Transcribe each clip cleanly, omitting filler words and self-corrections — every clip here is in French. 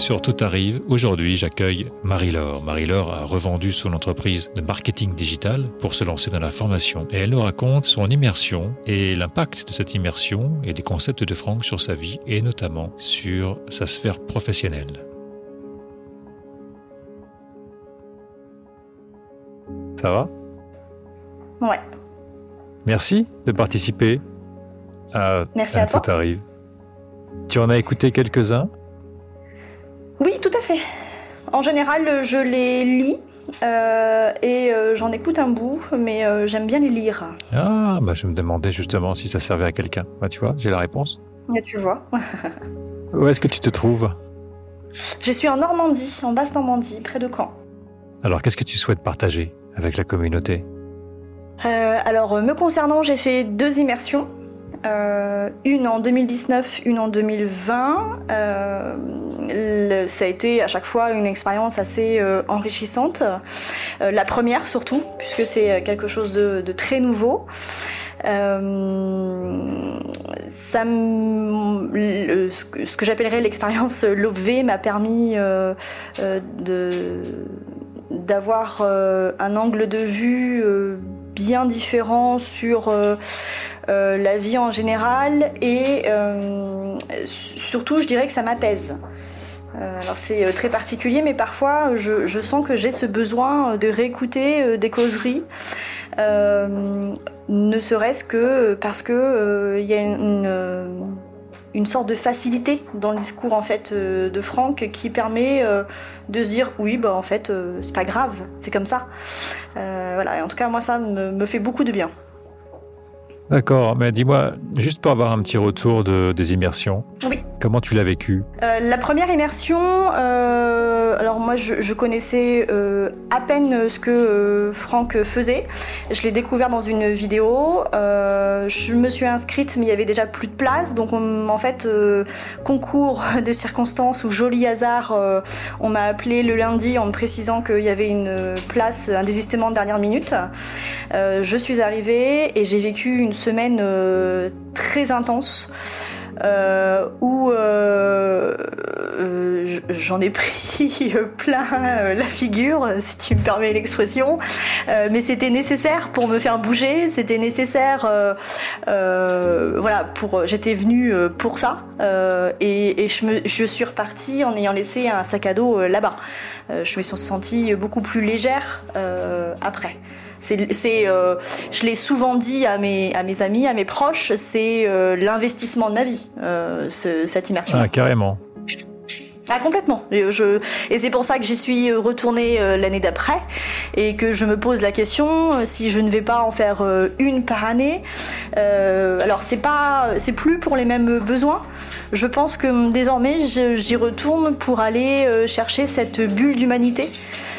sur Tout arrive. Aujourd'hui, j'accueille Marie-Laure. Marie-Laure a revendu son entreprise de marketing digital pour se lancer dans la formation. Et elle nous raconte son immersion et l'impact de cette immersion et des concepts de Franck sur sa vie et notamment sur sa sphère professionnelle. Ça va ? Ouais. Merci de participer à toi. Tout arrive. Tu en as écouté quelques-uns ? Oui, tout à fait. En général, je les lis et j'en écoute un bout, mais j'aime bien les lire. Ah, je me demandais justement si ça servait à quelqu'un. Tu vois, j'ai la réponse. Et tu vois. Où est-ce que tu te trouves ? Je suis en Normandie, en Basse-Normandie, près de Caen. Alors, qu'est-ce que tu souhaites partager avec la communauté ? Alors, me concernant, j'ai fait 2 immersions. Une en 2019, une en 2020. Ça a été à chaque fois une expérience assez enrichissante. La première surtout, puisque c'est quelque chose de très nouveau. Ce que j'appellerais l'expérience L'Obv m'a permis d'avoir un angle de vue bien différent sur la vie en général et surtout je dirais que ça m'apaise. Alors c'est très particulier mais parfois je sens que j'ai ce besoin de réécouter des causeries ne serait-ce que parce que il y a une sorte de facilité dans le discours en fait de Franck qui permet de se dire oui en fait c'est pas grave, c'est comme ça. Voilà, et en tout cas moi ça me fait beaucoup de bien. D'accord, mais dis-moi, juste pour avoir un petit retour des immersions, oui. Comment tu l'as vécu ? La première immersion, alors moi je connaissais à peine ce que Franck faisait. Je l'ai découvert dans une vidéo. Je me suis inscrite, mais il y avait déjà plus de place. Donc en fait, concours de circonstances ou joli hasard, on m'a appelé le lundi en me précisant qu'il y avait une place, un désistement de dernière minute. Je suis arrivée et j'ai vécu une semaine très intense. Où j'en ai pris plein la figure, si tu me permets l'expression, mais c'était nécessaire pour me faire bouger, c'était nécessaire, voilà, j'étais venue pour ça, et je suis repartie en ayant laissé un sac à dos là-bas. Je me suis sentie beaucoup plus légère après. Je l'ai souvent dit à mes amis, à mes proches, c'est l'investissement de ma vie, cette immersion. Ah, carrément. Ah, complètement. Et c'est pour ça que j'y suis retournée l'année d'après et que je me pose la question si je ne vais pas en faire une par année. Alors c'est plus pour les mêmes besoins. Je pense que désormais j'y retourne pour aller chercher cette bulle d'humanité.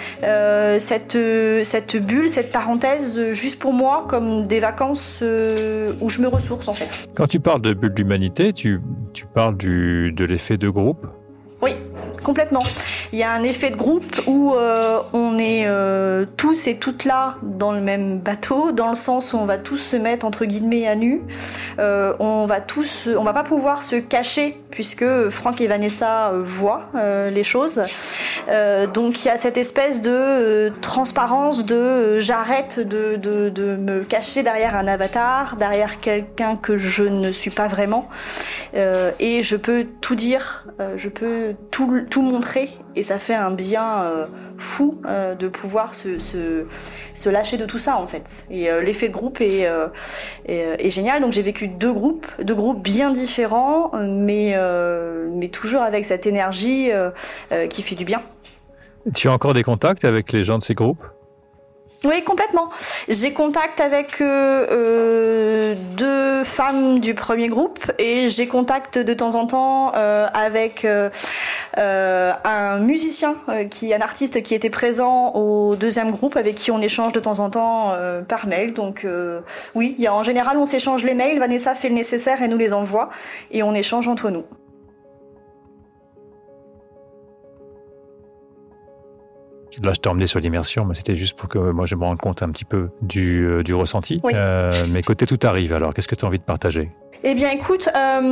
Cette bulle, cette parenthèse, juste pour moi, comme des vacances où je me ressource en fait. Quand tu parles de bulle d'humanité, tu parles de l'effet de groupe ? Oui, complètement. Il y a un effet de groupe où on est tous et toutes là dans le même bateau, dans le sens où on va tous se mettre entre guillemets à nu. On va pas pouvoir se cacher puisque Franck et Vanessa voient les choses. Donc il y a cette espèce de transparence j'arrête de me cacher derrière un avatar, derrière quelqu'un que je ne suis pas vraiment, et je peux tout dire, je peux tout montrer, et ça fait un bien fou de pouvoir se lâcher de tout ça en fait. Et l'effet de groupe est génial. Donc j'ai vécu deux groupes bien différents, mais toujours avec cette énergie qui fait du bien. Tu as encore des contacts avec les gens de ces groupes ? Oui, complètement. J'ai contact avec 2 femmes du premier groupe et j'ai contact de temps en temps avec un musicien, un artiste qui était présent au deuxième groupe, avec qui on échange de temps en temps par mail. Donc oui, en général on s'échange les mails, Vanessa fait le nécessaire et nous les envoie et on échange entre nous. Là, je t'ai emmené sur l'immersion, mais c'était juste pour que moi je me rende compte un petit peu du ressenti. Oui. Mais côté Tout arrive, alors, qu'est-ce que tu as envie de partager ? Eh bien, écoute,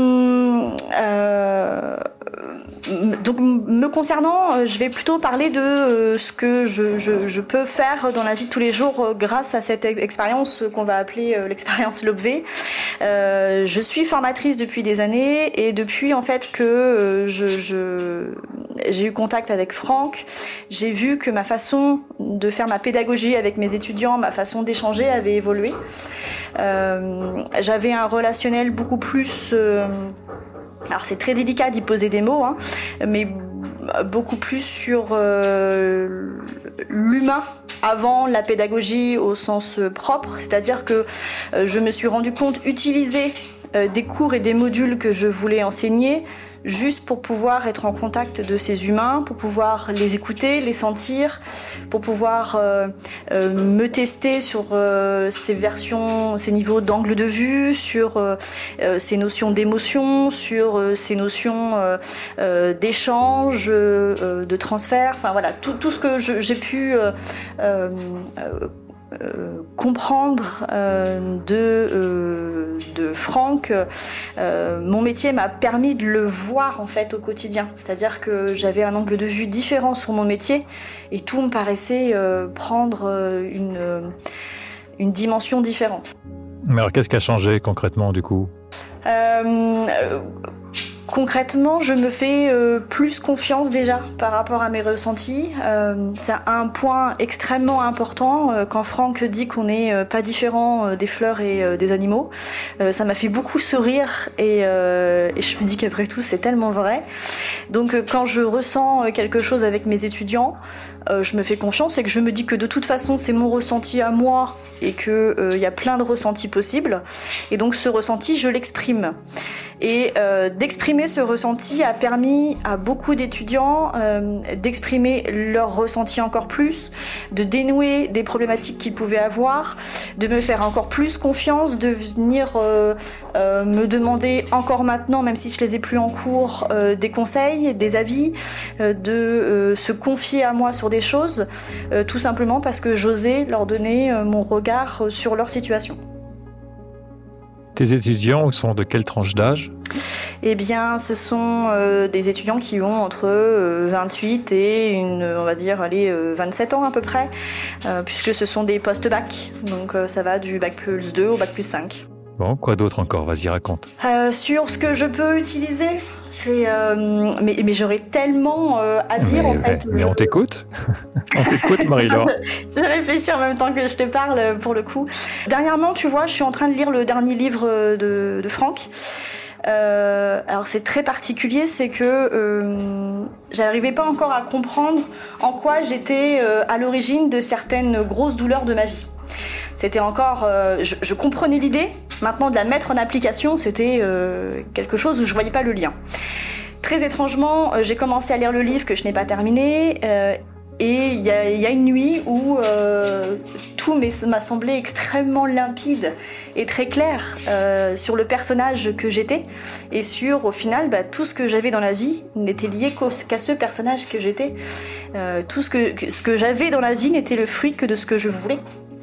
donc me concernant, je vais plutôt parler de ce que je peux faire dans la vie de tous les jours grâce à cette expérience qu'on va appeler l'expérience Lobvé. Je suis formatrice depuis des années et depuis en fait que j'ai eu contact avec Franck, j'ai vu que ma façon de faire ma pédagogie avec mes étudiants, ma façon d'échanger avait évolué. J'avais un relationnel beaucoup plus... alors c'est très délicat d'y poser des mots, hein, mais beaucoup plus sur l'humain avant la pédagogie au sens propre. C'est-à-dire que je me suis rendu compte utiliser des cours et des modules que je voulais enseigner juste pour pouvoir être en contact de ces humains, pour pouvoir les écouter, les sentir, pour pouvoir me tester sur ces versions, ces niveaux d'angle de vue, sur ces notions d'émotion, sur ces notions d'échange, de transfert, enfin voilà, tout ce que j'ai pu comprendre de Franck. Mon métier m'a permis de le voir en fait au quotidien, c'est-à-dire que j'avais un angle de vue différent sur mon métier et tout me paraissait prendre une dimension différente. Mais alors qu'est-ce qui a changé concrètement du coup ? Concrètement, je me fais plus confiance déjà par rapport à mes ressentis. C'est un point extrêmement important quand Franck dit qu'on n'est pas différent des fleurs et des animaux. Ça m'a fait beaucoup sourire et je me dis qu'après tout, c'est tellement vrai. Donc quand je ressens quelque chose avec mes étudiants, je me fais confiance et que je me dis que de toute façon, c'est mon ressenti à moi et qu'il y a plein de ressentis possibles. Et donc ce ressenti, je l'exprime. Et d'exprimer ce ressenti a permis à beaucoup d'étudiants d'exprimer leur ressenti encore plus, de dénouer des problématiques qu'ils pouvaient avoir, de me faire encore plus confiance, de venir me demander encore maintenant, même si je les ai plus en cours, des conseils, des avis, de se confier à moi sur des choses, tout simplement parce que j'osais leur donner mon regard sur leur situation. Tes étudiants sont de quelle tranche d'âge ? Eh bien, ce sont des étudiants qui ont entre 28 et on va dire, 27 ans à peu près, puisque ce sont des post-bac. Donc ça va du bac plus 2 au bac plus 5. Bon, quoi d'autre encore ? Vas-y, raconte. Sur ce que je peux utiliser, mais j'aurais tellement à dire en fait. Mais on t'écoute. On t'écoute, Marie-Laure. Je réfléchis en même temps que je te parle pour le coup. Dernièrement, tu vois, je suis en train de lire le dernier livre de Franck. Alors c'est très particulier, c'est que j'arrivais pas encore à comprendre en quoi j'étais à l'origine de certaines grosses douleurs de ma vie. C'était encore, je comprenais l'idée, maintenant de la mettre en application, c'était quelque chose où je voyais pas le lien. Très étrangement, j'ai commencé à lire le livre que je n'ai pas terminé. Et il y a une nuit où tout m'a semblé extrêmement limpide et très clair sur le personnage que j'étais et sur, au final, tout ce que j'avais dans la vie n'était lié qu'à ce personnage que j'étais. Tout ce que j'avais dans la vie n'était le fruit que de ce que je voulais.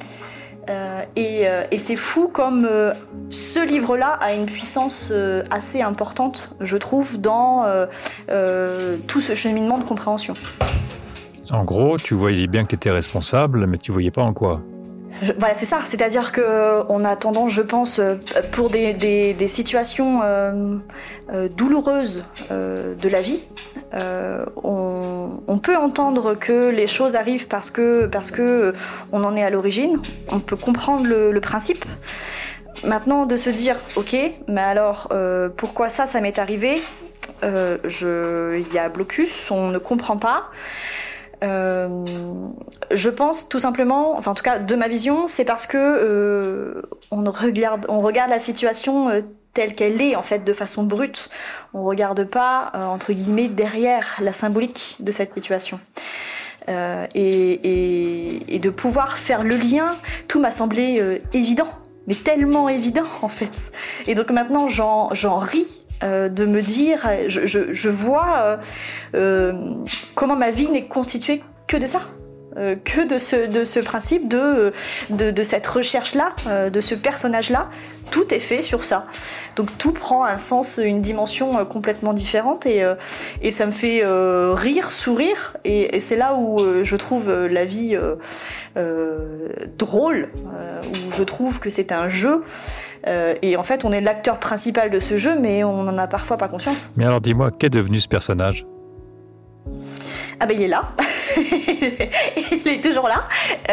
Et c'est fou comme ce livre-là a une puissance assez importante, je trouve, dans tout ce cheminement de compréhension. En gros, tu voyais bien que tu étais responsable, mais tu voyais pas en quoi. Voilà, c'est ça. C'est-à-dire qu'on a tendance, je pense, pour des situations douloureuses de la vie, on peut entendre que les choses arrivent parce que on en est à l'origine. On peut comprendre le principe. Maintenant, de se dire, ok, mais alors pourquoi ça m'est arrivé ? Il y a blocus, on ne comprend pas. Je pense tout simplement, enfin en tout cas de ma vision, c'est parce que on regarde la situation telle qu'elle est en fait de façon brute. On regarde pas entre guillemets derrière la symbolique de cette situation. Et de pouvoir faire le lien, tout m'a semblé évident, mais tellement évident en fait. Et donc maintenant j'en ris. De me dire, je vois comment ma vie n'est constituée que de ça. que de ce principe de cette recherche-là, de ce personnage-là. Tout est fait sur ça. Donc tout prend un sens, une dimension complètement différente et ça me fait rire, sourire et c'est là où je trouve la vie drôle, où je trouve que c'est un jeu et en fait on est l'acteur principal de ce jeu mais on n'en a parfois pas conscience. Mais alors dis-moi, qu'est devenu ce personnage ? Ah ben il est là, il est toujours là.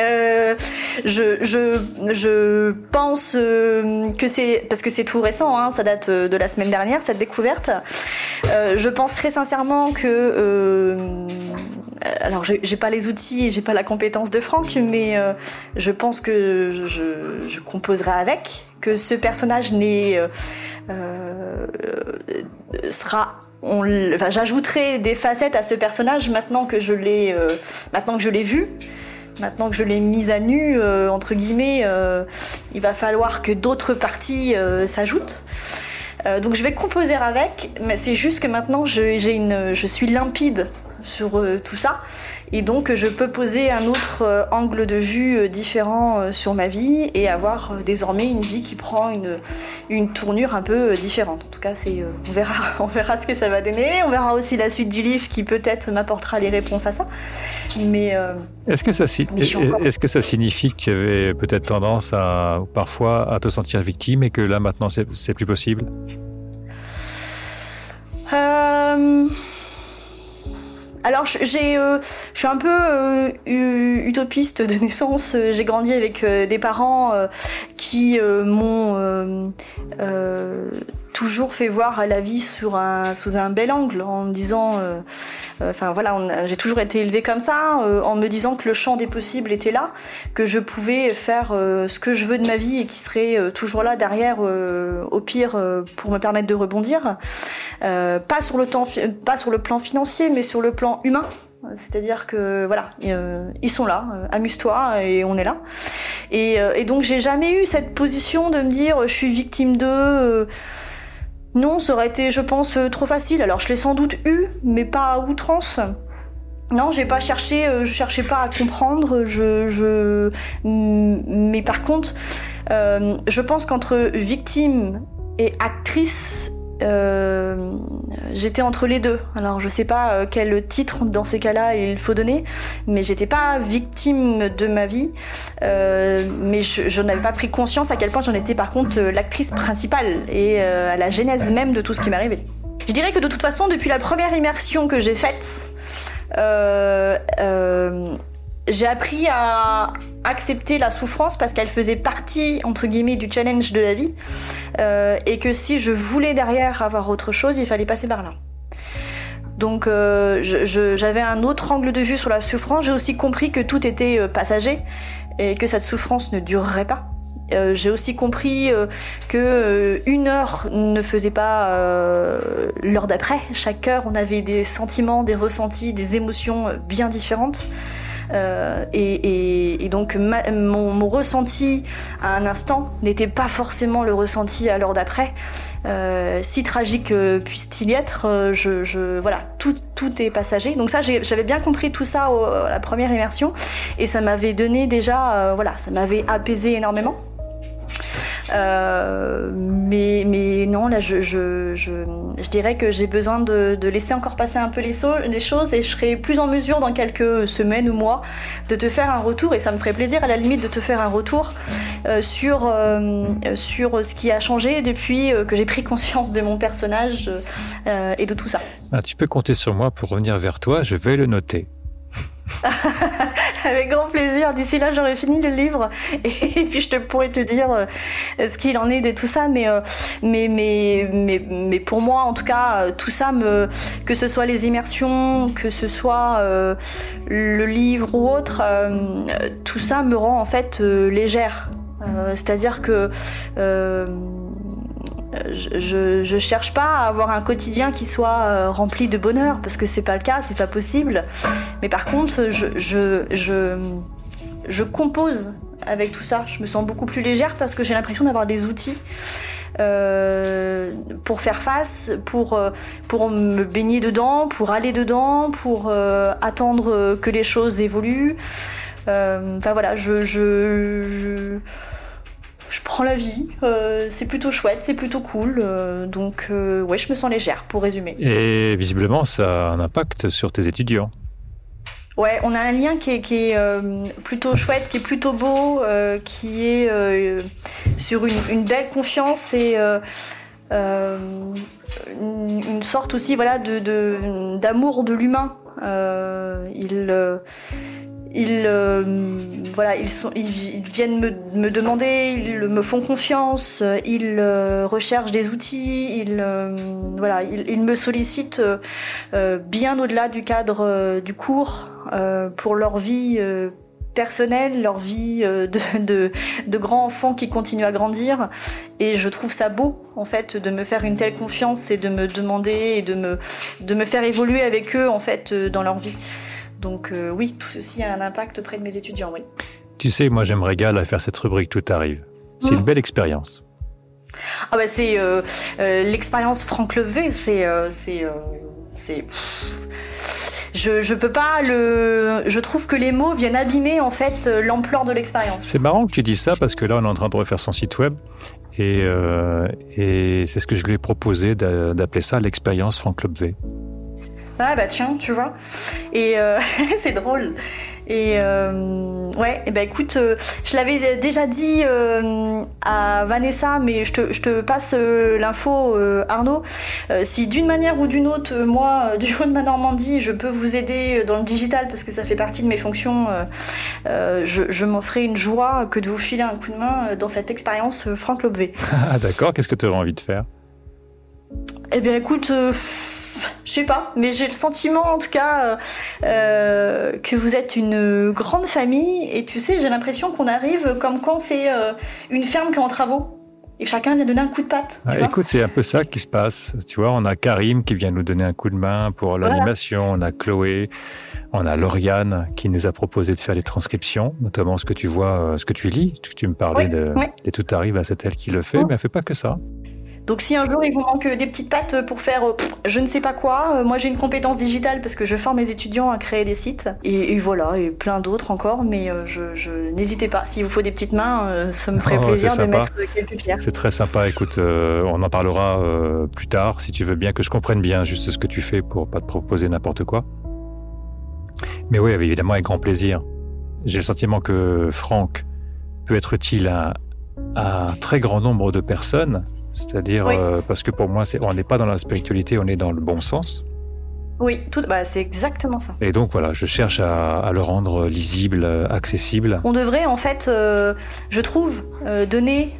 Je pense que c'est parce que c'est tout récent, hein, ça date de la semaine dernière cette découverte. Je pense très sincèrement que alors j'ai pas les outils et j'ai pas la compétence de Franck, mais je pense que je composerai avec, que ce personnage j'ajouterai des facettes à ce personnage maintenant que je l'ai vu, maintenant que je l'ai mise à nu entre guillemets. Il va falloir que d'autres parties s'ajoutent. Donc je vais composer avec, mais c'est juste que maintenant je suis limpide sur tout ça et donc je peux poser un autre angle de vue différent sur ma vie et avoir désormais une vie qui prend une tournure un peu différente. En tout cas, on verra ce que ça va donner. On verra aussi la suite du livre qui peut-être m'apportera les réponses à ça. Mais est-ce que ça signifie que tu avais peut-être tendance parfois à te sentir victime et que là maintenant c'est plus possible ? Alors je suis un peu utopiste de naissance. J'ai grandi avec des parents qui m'ont toujours fait voir la vie sous un bel angle, en me disant, j'ai toujours été élevée comme ça, en me disant que le champ des possibles était là, que je pouvais faire ce que je veux de ma vie et qui serait toujours là derrière, au pire, pour me permettre de rebondir. Pas sur le plan financier, mais sur le plan humain. C'est-à-dire que voilà, ils sont là, amuse-toi et on est là. Et donc j'ai jamais eu cette position de me dire je suis victime d'eux. Non, ça aurait été, je pense, trop facile. Alors je l'ai sans doute eu, mais pas à outrance. Non, j'ai pas cherché, je cherchais pas à comprendre. Mais par contre, je pense qu'entre victime et actrice, j'étais entre les deux. Alors je sais pas quel titre dans ces cas-là il faut donner, mais j'étais pas victime de ma vie, mais je n'avais pas pris conscience à quel point j'en étais par contre l'actrice principale et à la genèse même de tout ce qui m'arrivait. Je dirais que de toute façon depuis la première immersion que j'ai faite, j'ai appris à accepter la souffrance parce qu'elle faisait partie, entre guillemets, du challenge de la vie, et que si je voulais derrière avoir autre chose, il fallait passer par là. Donc j'avais un autre angle de vue sur la souffrance. J'ai aussi compris que tout était passager et que cette souffrance ne durerait pas. J'ai aussi compris que une heure ne faisait pas l'heure d'après. Chaque heure, on avait des sentiments, des ressentis, des émotions bien différentes. Et donc mon ressenti à un instant n'était pas forcément le ressenti à l'heure d'après. Si tragique puisse-t-il y être, voilà, tout est passager. Donc ça, j'avais bien compris tout ça à la première immersion, et ça m'avait donné déjà, ça m'avait apaisé énormément. Mais non, là je dirais que j'ai besoin de laisser encore passer un peu les choses, et je serai plus en mesure dans quelques semaines ou mois de te faire un retour, et ça me ferait plaisir à la limite de te faire un retour sur ce qui a changé depuis que j'ai pris conscience de mon personnage et de tout ça. Tu peux compter sur moi pour revenir vers toi, je vais le noter. Avec grand plaisir. D'ici là, j'aurai fini le livre et puis je pourrais te dire ce qu'il en est de tout ça. Mais pour moi, en tout cas, tout ça, que ce soit les immersions, que ce soit le livre ou autre, tout ça me rend en fait légère. C'est-à-dire que je cherche pas à avoir un quotidien qui soit rempli de bonheur, parce que c'est pas le cas, c'est pas possible. Mais par contre, je compose avec tout ça. Je me sens beaucoup plus légère parce que j'ai l'impression d'avoir des outils pour faire face, pour me baigner dedans, pour aller dedans, pour attendre que les choses évoluent. Enfin voilà, je prends la vie, c'est plutôt chouette, c'est plutôt cool, donc ouais, je me sens légère, pour résumer. Et visiblement, ça a un impact sur tes étudiants. Ouais, on a un lien qui est plutôt chouette, qui est plutôt beau, qui est sur une belle confiance et une sorte aussi voilà, d'amour de l'humain. Ils viennent me demander, ils me font confiance, ils recherchent des outils, ils me sollicitent bien au-delà du cadre du cours pour leur vie personnelle, leur vie de grands enfants qui continuent à grandir. Et je trouve ça beau, en fait, de me faire une telle confiance et de me demander et de me faire évoluer avec eux, en fait, dans leur vie. Donc oui, tout ceci a un impact auprès de mes étudiants, oui. Tu sais, moi, je me régale à faire cette rubrique Tout arrive. C'est une belle expérience. Ah bah c'est l'expérience Franck Levé, je peux pas je trouve que les mots viennent abîmer en fait l'ampleur de l'expérience. C'est marrant que tu dises ça parce que là on est en train de refaire son site web et c'est ce que je lui ai proposé d'appeler ça l'expérience Franck Levé. Ah bah tiens, tu vois. Et c'est drôle. Et ouais, et bah écoute, je l'avais déjà dit à Vanessa, mais je te passe l'info, Arnaud. Si d'une manière ou d'une autre, moi, du haut de ma Normandie, je peux vous aider dans le digital parce que ça fait partie de mes fonctions, je m'en ferai une joie que de vous filer un coup de main dans cette expérience Franck Levé. Ah d'accord, qu'est-ce que tu aurais envie de faire ? Eh bien écoute... je sais pas, mais j'ai le sentiment en tout cas que vous êtes une grande famille et tu sais, j'ai l'impression qu'on arrive comme quand c'est une ferme qui est en travaux et chacun vient donner un coup de patte. Écoute, c'est un peu ça qui se passe. Tu vois, on a Karim qui vient nous donner un coup de main pour l'animation, on a Chloé, on a Lauriane qui nous a proposé de faire les transcriptions, notamment ce que tu vois, ce que tu lis. Tu me parlais et Tout arrive, c'est elle qui le fait, mais elle fait pas que ça. Donc si un jour il vous manque des petites pattes pour faire je ne sais pas quoi, moi j'ai une compétence digitale parce que je forme mes étudiants à créer des sites et voilà, et plein d'autres encore, mais n'hésitez pas, s'il vous faut des petites mains, ça me ferait plaisir de mettre quelques pierres. C'est très sympa, écoute, on en parlera plus tard si tu veux bien que je comprenne bien juste ce que tu fais pour pas te proposer n'importe quoi. Mais oui, évidemment avec grand plaisir. J'ai le sentiment que Franck peut être utile à un très grand nombre de personnes. C'est-à-dire, parce que pour moi, on n'est pas dans la spiritualité, on est dans le bon sens. Oui, c'est exactement ça. Et donc voilà, je cherche à le rendre lisible, accessible. On devrait en fait, je trouve, donner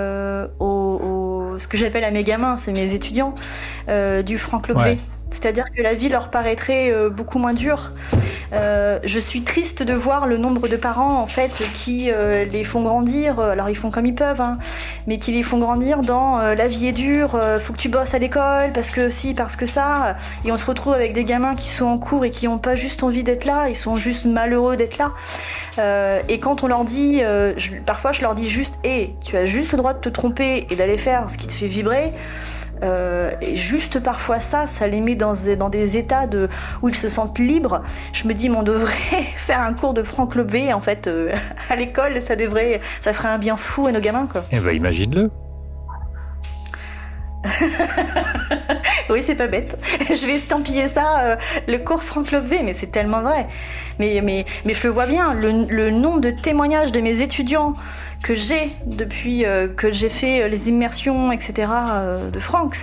ce que j'appelle à mes gamins, c'est mes étudiants, du Franck Levé. Ouais. C'est-à-dire que la vie leur paraîtrait beaucoup moins dure. Je suis triste de voir le nombre de parents en fait qui les font grandir, alors ils font comme ils peuvent, hein, mais qui les font grandir dans la vie est dure, faut que tu bosses à l'école parce que si, parce que ça, et on se retrouve avec des gamins qui sont en cours et qui n'ont pas juste envie d'être là, ils sont juste malheureux d'être là. Et quand on leur dit, parfois je leur dis juste, tu as juste le droit de te tromper et d'aller faire ce qui te fait vibrer. Et juste parfois ça les met dans des états où ils se sentent libres. Je me dis, mais on devrait faire un cours de Franck Levé en fait à l'école, ça ferait un bien fou à nos gamins, quoi. Eh ben imagine-le. Oui, c'est pas bête. Je vais estampiller ça, le cours Franck Levé, mais c'est tellement vrai. Mais je le vois bien, le nombre de témoignages de mes étudiants que j'ai depuis que j'ai fait les immersions, etc. De Franck,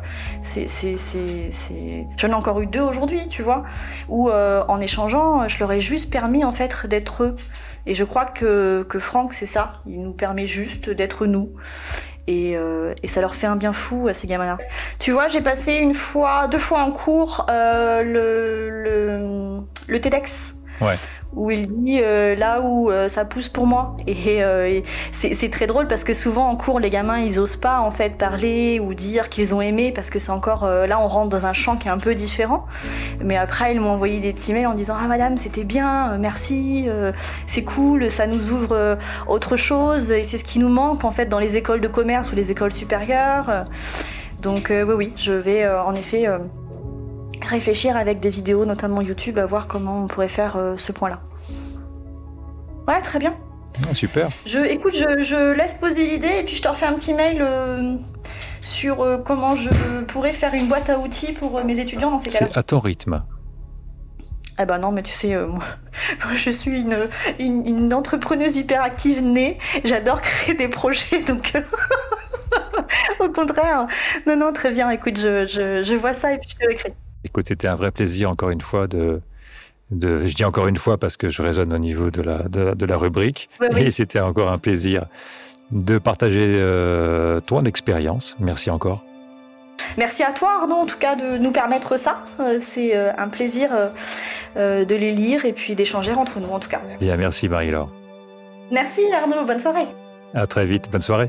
j'en ai encore eu 2 aujourd'hui, tu vois, où en échangeant, je leur ai juste permis en fait d'être eux. Et je crois que Franck, c'est ça, il nous permet juste d'être nous. Et ça leur fait un bien fou à ces gamins-là. Tu vois, j'ai passé 2 fois en cours le TEDx Ouais. Où il dit là où ça pousse pour moi. Et c'est très drôle parce que souvent en cours, les gamins, ils osent pas en fait parler ou dire qu'ils ont aimé parce que c'est encore là, on rentre dans un champ qui est un peu différent. Mais après, ils m'ont envoyé des petits mails en disant ah madame, c'était bien, merci, c'est cool, ça nous ouvre autre chose et c'est ce qui nous manque en fait dans les écoles de commerce ou les écoles supérieures. Donc oui, je vais en effet réfléchir avec des vidéos, notamment YouTube, à voir comment on pourrait faire ce point-là. Ouais, très bien. Ah, super. Écoute, je laisse poser l'idée et puis je te refais un petit mail sur comment je pourrais faire une boîte à outils pour mes étudiants dans ces cas-là. C'est à ton rythme. Ah bah non, mais tu sais, moi, je suis une entrepreneuse hyperactive née. J'adore créer des projets, donc... Au contraire. Non, très bien. Écoute, je vois ça et puis je te l'écris. Écoute, c'était un vrai plaisir, encore une fois, je dis encore une fois parce que je raisonne au niveau de la rubrique. Oui. Et c'était encore un plaisir de partager ton expérience. Merci encore. Merci à toi, Arnaud, en tout cas, de nous permettre ça. C'est un plaisir de les lire et puis d'échanger entre nous, en tout cas. Bien, merci Marie-Laure. Merci, Arnaud. Bonne soirée. À très vite. Bonne soirée.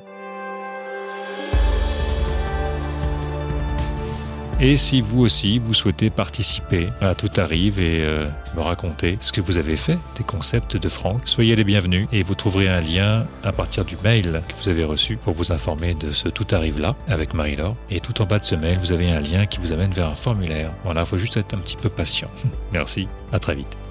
Et si vous aussi, vous souhaitez participer à Tout arrive et me raconter ce que vous avez fait des concepts de Franck, soyez les bienvenus et vous trouverez un lien à partir du mail que vous avez reçu pour vous informer de ce Tout arrive là avec Marie-Laure. Et tout en bas de ce mail, vous avez un lien qui vous amène vers un formulaire. Voilà, il faut juste être un petit peu patient. Merci, à très vite.